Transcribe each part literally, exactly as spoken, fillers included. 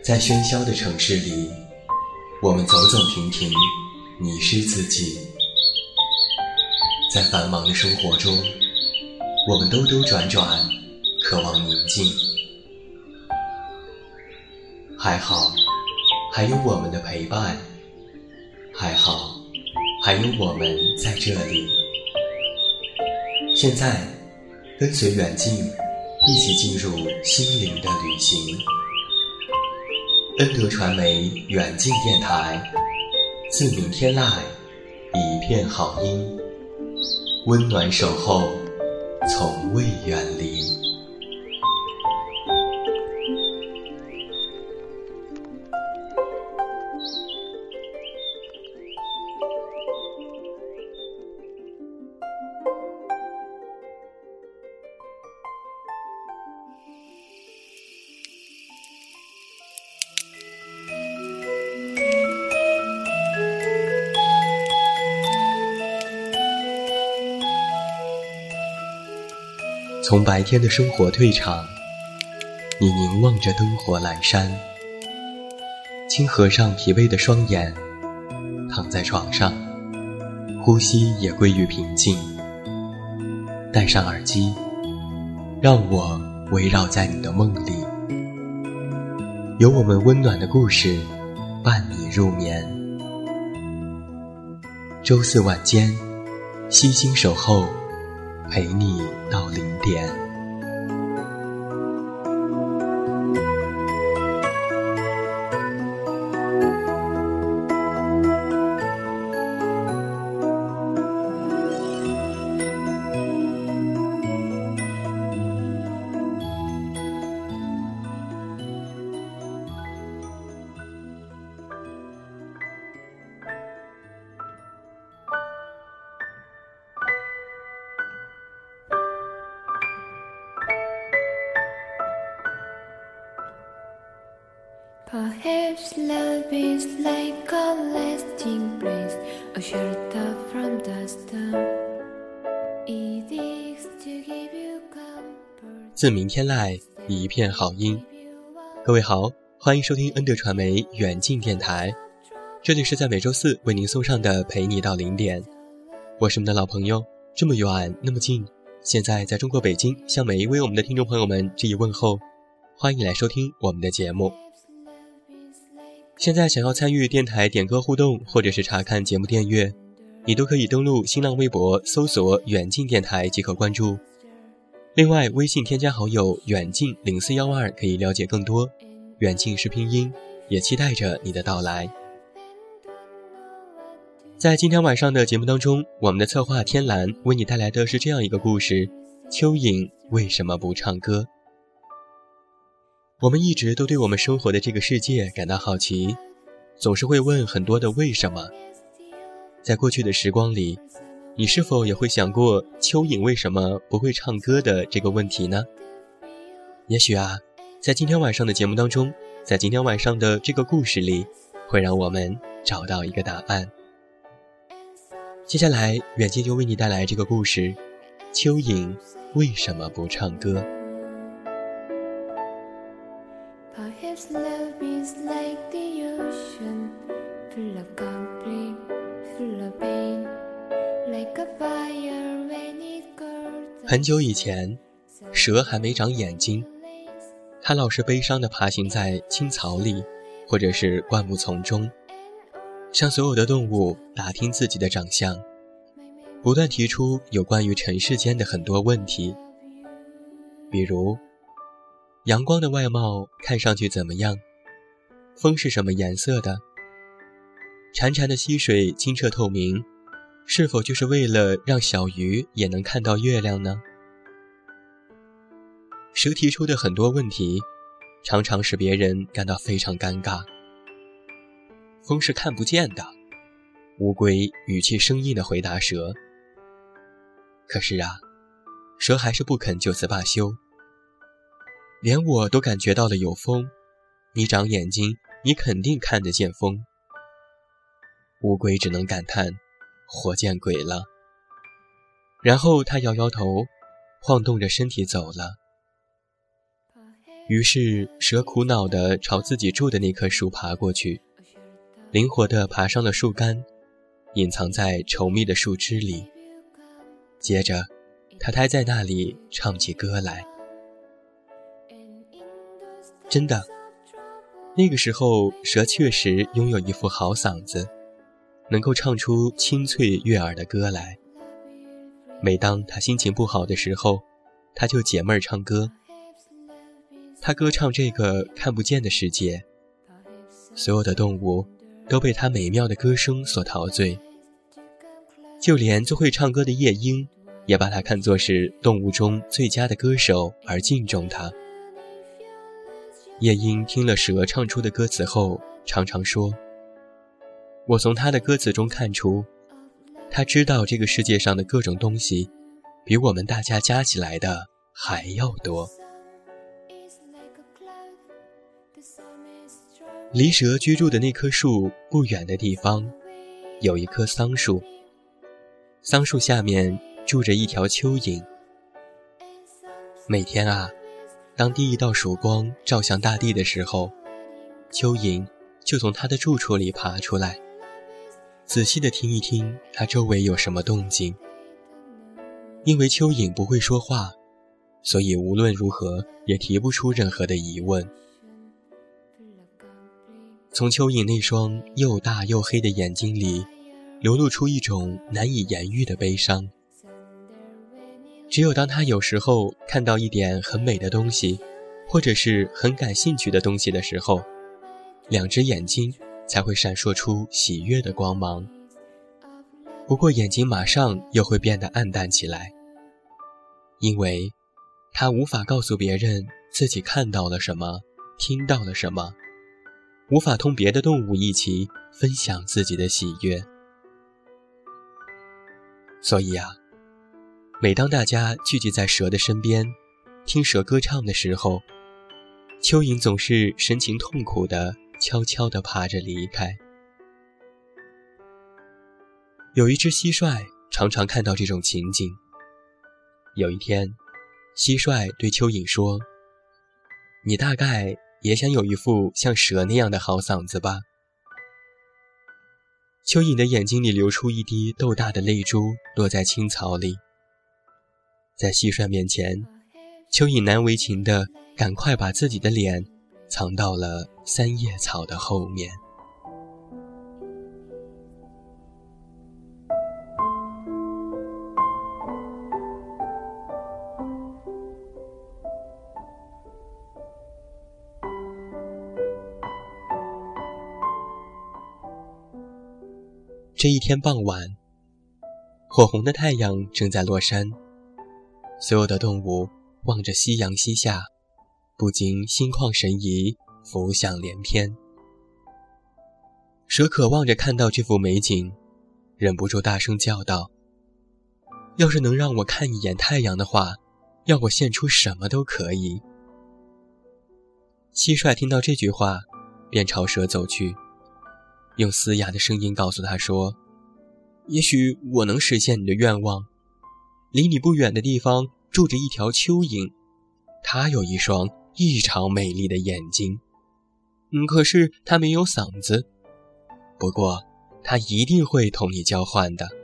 在喧嚣的城市里，我们走走停停，迷失自己。在繁忙的生活中，我们兜兜转转，渴望宁静。还好，还有我们的陪伴，还好，还有我们在这里。现在，跟随远近，一起进入心灵的旅行。恩德传媒远近电台，自明天籁，一片好音，温暖守候，从未远离。从白天的生活退场，你凝望着灯火阑珊，轻合上疲惫的双眼，躺在床上，呼吸也归于平静。戴上耳机，让我围绕在你的梦里，有我们温暖的故事伴你入眠。周四晚间，悉心守候，陪你到零点。 Perhaps love is like a lasting place, a shelter from the storm. It is to give you comfort. 自明天籁，一片好音。各位好，欢迎收听恩德传媒远近电台，这里是在每周四为您送上的陪你到零点。我是你们的老朋友，这么远那么近，现在在中国北京，向每一位我们的听众朋友们致以问候，欢迎你来收听我们的节目。现在想要参与电台点歌互动，或者是查看节目订阅，你都可以登录新浪微博搜索远近电台即可关注。另外微信添加好友远近零四一二可以了解更多，远近是拼音，也期待着你的到来。在今天晚上的节目当中，我们的策划天蓝为你带来的是这样一个故事：蚯蚓为什么不唱歌？我们一直都对我们生活的这个世界感到好奇，总是会问很多的为什么。在过去的时光里，你是否也会想过蚯蚓为什么不会唱歌的这个问题呢？也许啊，在今天晚上的节目当中，在今天晚上的这个故事里，会让我们找到一个答案。接下来远近就为你带来这个故事：蚯蚓为什么不唱歌 Perhaps love is like the ocean, full of conflict, full of pain, like a fire when it goes. 很久以前，蛇还没长眼睛，它老是悲伤地爬行在青草里，或者是灌木丛中，向所有的动物打听自己的长相，不断提出有关于尘世间的很多问题，比如阳光的外貌看上去怎么样？风是什么颜色的？潺潺的溪水清澈透明，是否就是为了让小鱼也能看到月亮呢？蛇提出的很多问题，常常使别人感到非常尴尬。风是看不见的，乌龟语气生硬地回答蛇。可是啊，蛇还是不肯就此罢休。连我都感觉到了有风，你长眼睛，你肯定看得见风。乌龟只能感叹，活见鬼了。然后他摇摇头，晃动着身体走了。 于是蛇苦恼地朝自己住的那棵树爬过去，灵活地爬上了树干，隐藏在稠密的树枝里。接着他待在那里唱起歌来。真的，那个时候蛇确实拥有一副好嗓子，能够唱出清脆悦耳的歌来。每当他心情不好的时候，他就解闷儿唱歌。他歌唱这个看不见的世界，所有的动物都被他美妙的歌声所陶醉，就连最会唱歌的夜莺也把他看作是动物中最佳的歌手而敬重他。夜莺听了蛇唱出的歌词后，常常说，我从他的歌词中看出，他知道这个世界上的各种东西比我们大家加起来的还要多。离蛇居住的那棵树不远的地方，有一棵桑树。桑树下面住着一条蚯蚓。每天啊，当第一道曙光照向大地的时候，蚯蚓就从它的住处里爬出来，仔细地听一听它周围有什么动静。因为蚯蚓不会说话，所以无论如何也提不出任何的疑问。从蚯蚓那双又大又黑的眼睛里流露出一种难以言喻的悲伤。只有当他有时候看到一点很美的东西，或者是很感兴趣的东西的时候，两只眼睛才会闪烁出喜悦的光芒。不过眼睛马上又会变得暗淡起来，因为他无法告诉别人自己看到了什么，听到了什么，无法同别的动物一起分享自己的喜悦。所以啊，每当大家聚集在蛇的身边，听蛇歌唱的时候，蚯蚓总是神情痛苦地悄悄地爬着离开。有一只蟋蟀常常看到这种情景。有一天，蟋蟀对蚯蚓说，你大概也想有一副像蛇那样的好嗓子吧？蚯蚓的眼睛里流出一滴豆大的泪珠，落在青草里。在蟋蟀面前，蚯蚓难为情地赶快把自己的脸藏到了三叶草的后面。这一天傍晚，火红的太阳正在落山，所有的动物望着夕阳西下，不禁心旷神怡，浮想联翩。蛇渴望着看到这幅美景，忍不住大声叫道，要是能让我看一眼太阳的话，要我献出什么都可以。蟋蟀听到这句话，便朝蛇走去，用嘶哑的声音告诉他说，也许我能实现你的愿望。离你不远的地方住着一条蚯蚓，它有一双异常美丽的眼睛，嗯，可是它没有嗓子，不过它一定会同你交换的。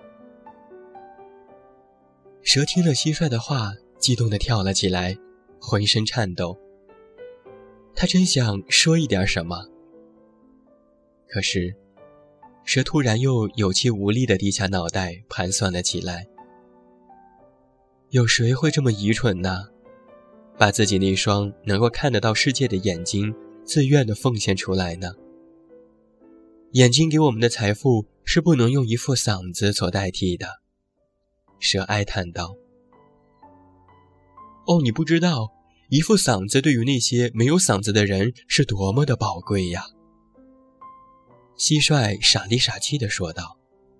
蛇听了蟋蟀的话，激动地跳了起来，浑身颤抖。他真想说一点什么，可是蛇突然又有气无力地低下脑袋，盘算了起来。有谁会这么愚蠢呢？把自己那双能够看得到世界的眼睛自愿地奉献出来呢？眼睛给我们的财富是不能用一副嗓子所代替的。蛇哀叹道。哦，你不知道，一副嗓子对于那些没有嗓子的人是多么的宝贵呀。蟋蟀傻里傻气地说道。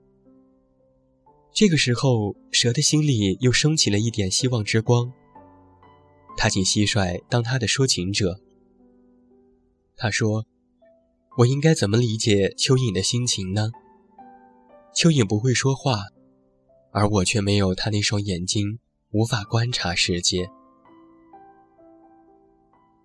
这个时候，蛇的心里又升起了一点希望之光。他请蟋蟀当他的说情者。他说，我应该怎么理解蚯蚓的心情呢？蚯蚓不会说话，而我却没有他那双眼睛，无法观察世界。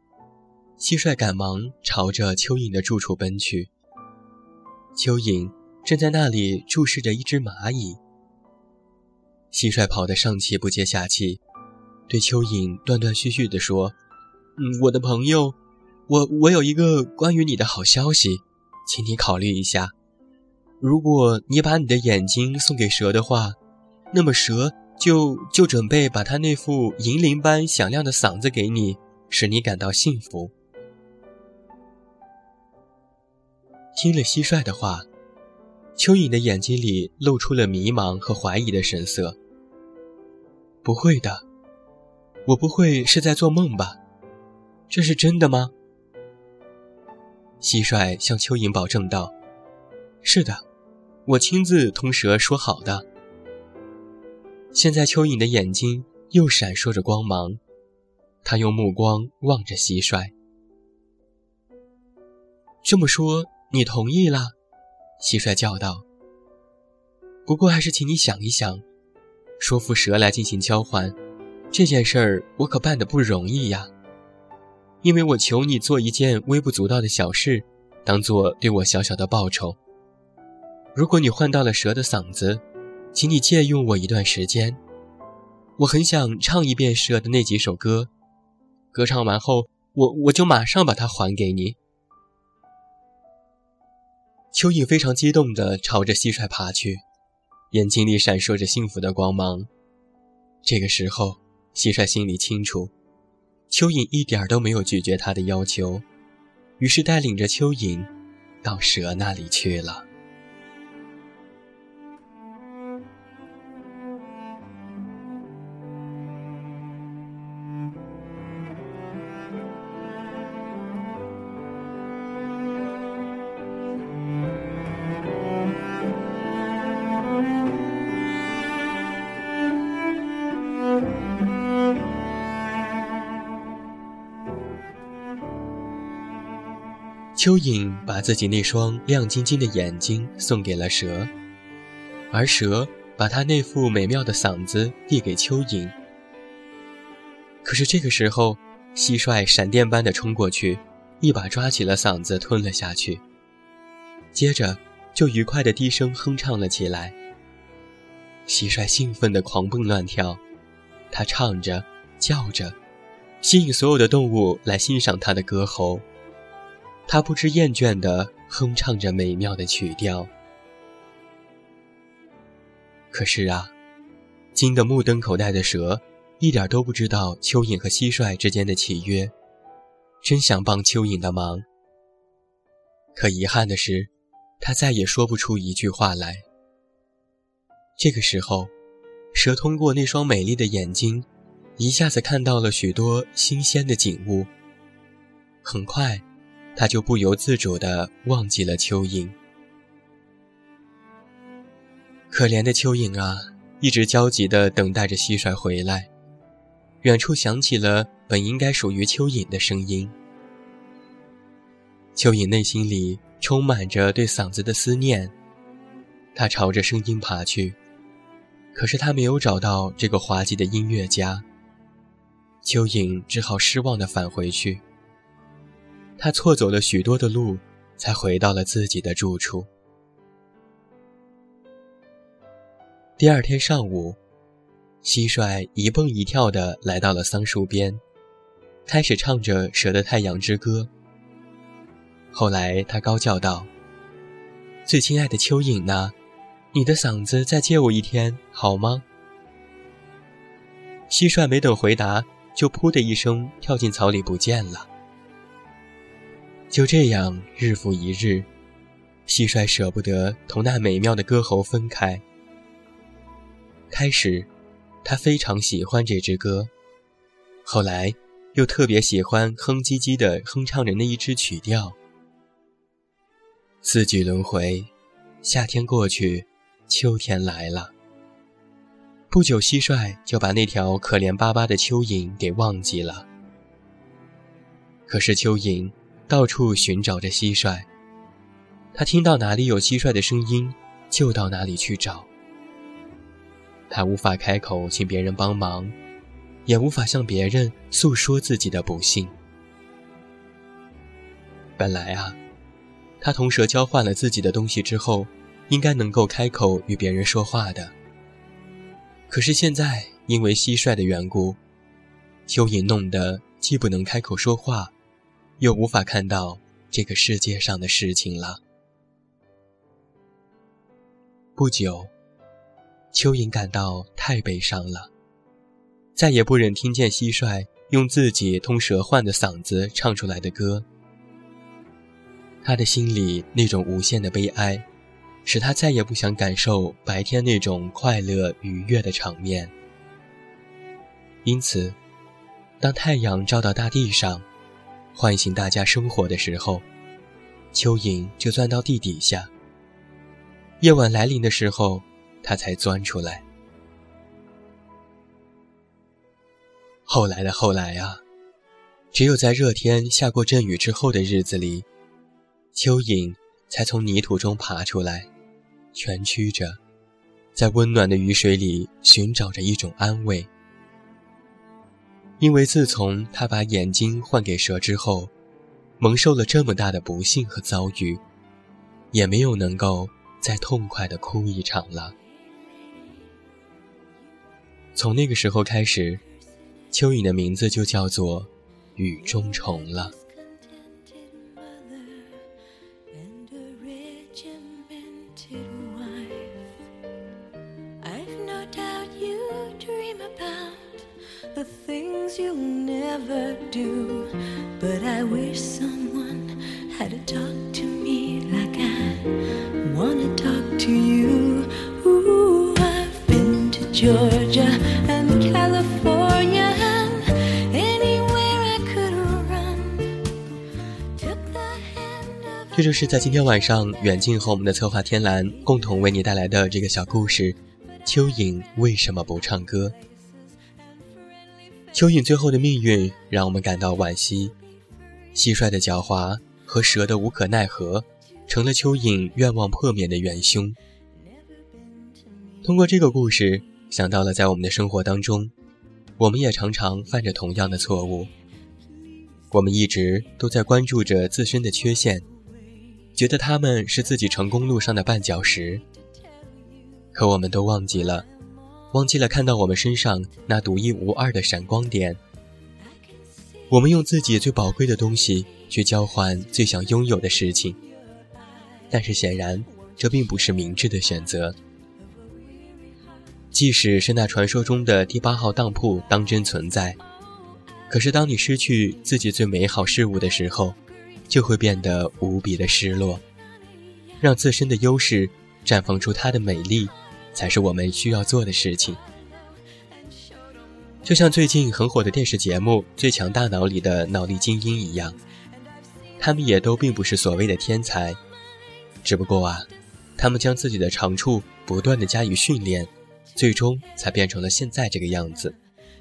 蟋蟀赶忙朝着蚯蚓的住处奔去。蚯蚓正在那里注视着一只蚂蚁。蟋蟀跑得上气不接下气，对蚯蚓断断续续地说：嗯，我的朋友，我我有一个关于你的好消息，请你考虑一下。如果你把你的眼睛送给蛇的话，那么蛇就就准备把它那副银铃般响亮的嗓子给你，使你感到幸福。听了蟋蟀的话，蚯蚓的眼睛里露出了迷茫和怀疑的神色。不会的，我不会是在做梦吧？这是真的吗？蟋蟀向蚯蚓保证道：是的，我亲自同蛇说好的。现在蚯蚓的眼睛又闪烁着光芒，他用目光望着蟋蟀。这么说你同意了？蟋蟀叫道。不过还是请你想一想，说服蛇来进行交换，这件事儿我可办得不容易呀。因为我求你做一件微不足道的小事，当做对我小小的报酬。如果你换到了蛇的嗓子，请你借用我一段时间，我很想唱一遍蛇的那几首歌，歌唱完后，我我就马上把它还给你。蚯蚓非常激动地朝着蟋蟀爬去，眼睛里闪烁着幸福的光芒。这个时候，蟋蟀心里清楚，蚯蚓一点都没有拒绝他的要求，于是带领着蚯蚓到蛇那里去了。蚯蚓把自己那双亮晶晶的眼睛送给了蛇，而蛇把他那副美妙的嗓子递给蚯蚓。可是这个时候，蟋蟀闪电般地冲过去，一把抓起了嗓子吞了下去，接着就愉快地低声哼唱了起来。蟋蟀兴奋地狂蹦乱跳，它唱着叫着，吸引所有的动物来欣赏它的歌喉。他不知厌倦地哼唱着美妙的曲调。可是啊，惊得目瞪口呆的蛇一点都不知道蚯蚓和蟋蟀之间的契约，真想帮蚯蚓的忙。可遗憾的是，他再也说不出一句话来。这个时候，蛇通过那双美丽的眼睛，一下子看到了许多新鲜的景物。很快他就不由自主地忘记了蚯蚓。可怜的蚯蚓啊，一直焦急地等待着蟋蟀回来。远处响起了本应该属于蚯蚓的声音。蚯蚓内心里充满着对嗓子的思念，他朝着声音爬去，可是他没有找到这个滑稽的音乐家。蚯蚓只好失望地返回去。他错走了许多的路，才回到了自己的住处。第二天上午，蟋蟀一蹦一跳地来到了桑树边，开始唱着蛇的太阳之歌。后来他高叫道：最亲爱的蚯蚓呐，你的嗓子再借我一天好吗？蟋蟀没等回答，就噗的一声跳进草里不见了。就这样日复一日，蟋蟀舍不得同那美妙的歌喉分开。开始他非常喜欢这支歌，后来又特别喜欢哼唧唧地哼唱着那一支曲调。四季轮回，夏天过去，秋天来了。不久，蟋蟀就把那条可怜巴巴的蚯蚓给忘记了。可是蚯蚓到处寻找着蟋蟀，他听到哪里有蟋蟀的声音，就到哪里去找。他无法开口请别人帮忙，也无法向别人诉说自己的不幸。 本来啊，他同蛇交换了自己的东西之后，应该能够开口与别人说话的。可是现在因为蟋蟀的缘故，蚯蚓弄得既不能开口说话，又无法看到这个世界上的事情了。不久，蚯蚓感到太悲伤了，再也不忍听见蟋蟀用自己通蛇患的嗓子唱出来的歌。他的心里那种无限的悲哀，使他再也不想感受白天那种快乐愉悦的场面。因此，当太阳照到大地上，唤醒大家生活的时候，蚯蚓就钻到地底下。夜晚来临的时候，它才钻出来。后来的后来啊，只有在热天下过阵雨之后的日子里，蚯蚓才从泥土中爬出来，蜷曲着，在温暖的雨水里寻找着一种安慰。因为自从他把眼睛换给蛇之后，蒙受了这么大的不幸和遭遇，也没有能够再痛快地哭一场了。从那个时候开始，蚯蚓的名字就叫做雨中虫了。 The things you'll never do, but I wish someone had to talk to me like I wanna talk to you. Ooh, I've been to Georgia and California and anywhere I could run. Took the hand of 这就是在今天晚上远近和我们的策划天蓝共同为你带来的这个小故事，蚯蚓为什么不唱歌。蚯蚓最后的命运让我们感到惋惜，蟋蟀的狡猾和蛇的无可奈何成了蚯蚓愿望破灭的元凶。通过这个故事，想到了在我们的生活当中，我们也常常犯着同样的错误。我们一直都在关注着自身的缺陷，觉得他们是自己成功路上的绊脚石，可我们都忘记了忘记了看到我们身上那独一无二的闪光点。我们用自己最宝贵的东西去交换最想拥有的事情，但是显然这并不是明智的选择。即使是那传说中的第八号当铺当真存在，可是当你失去自己最美好事物的时候，就会变得无比的失落。让自身的优势绽放出它的美丽，才是我们需要做的事情。就像最近很火的电视节目《最强大脑》里的脑力精英一样，他们也都并不是所谓的天才，只不过啊，他们将自己的长处不断地加以训练，最终才变成了现在这个样子。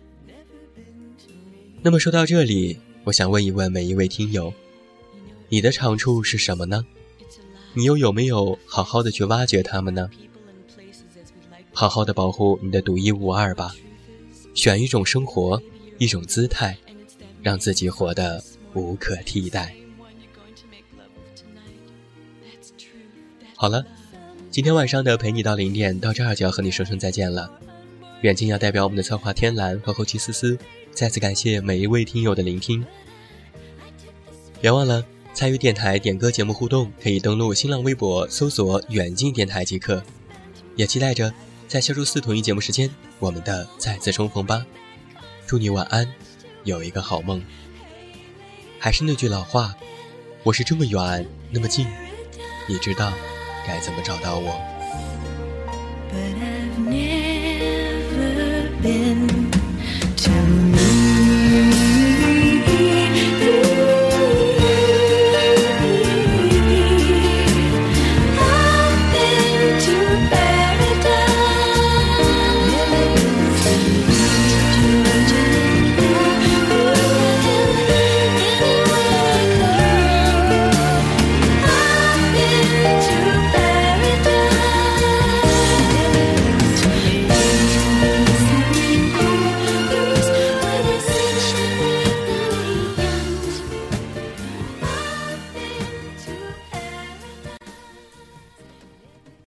那么说到这里，我想问一问每一位听友，你的长处是什么呢？你又有没有好好的去挖掘它们呢？好好的保护你的独一无二吧，选一种生活，一种姿态，让自己活得无可替代。好了，今天晚上的陪你到零点到这儿就要和你说声再见了。远近要代表我们的策划天蓝和后期思思，再次感谢每一位听友的聆听。别忘了参与电台点歌节目互动，可以登录新浪微博搜索远近电台即可。也期待着在下周四同一节目时间，我们的再次重逢吧。祝你晚安，有一个好梦。还是那句老话，我是这么远那么近，你知道该怎么找到我。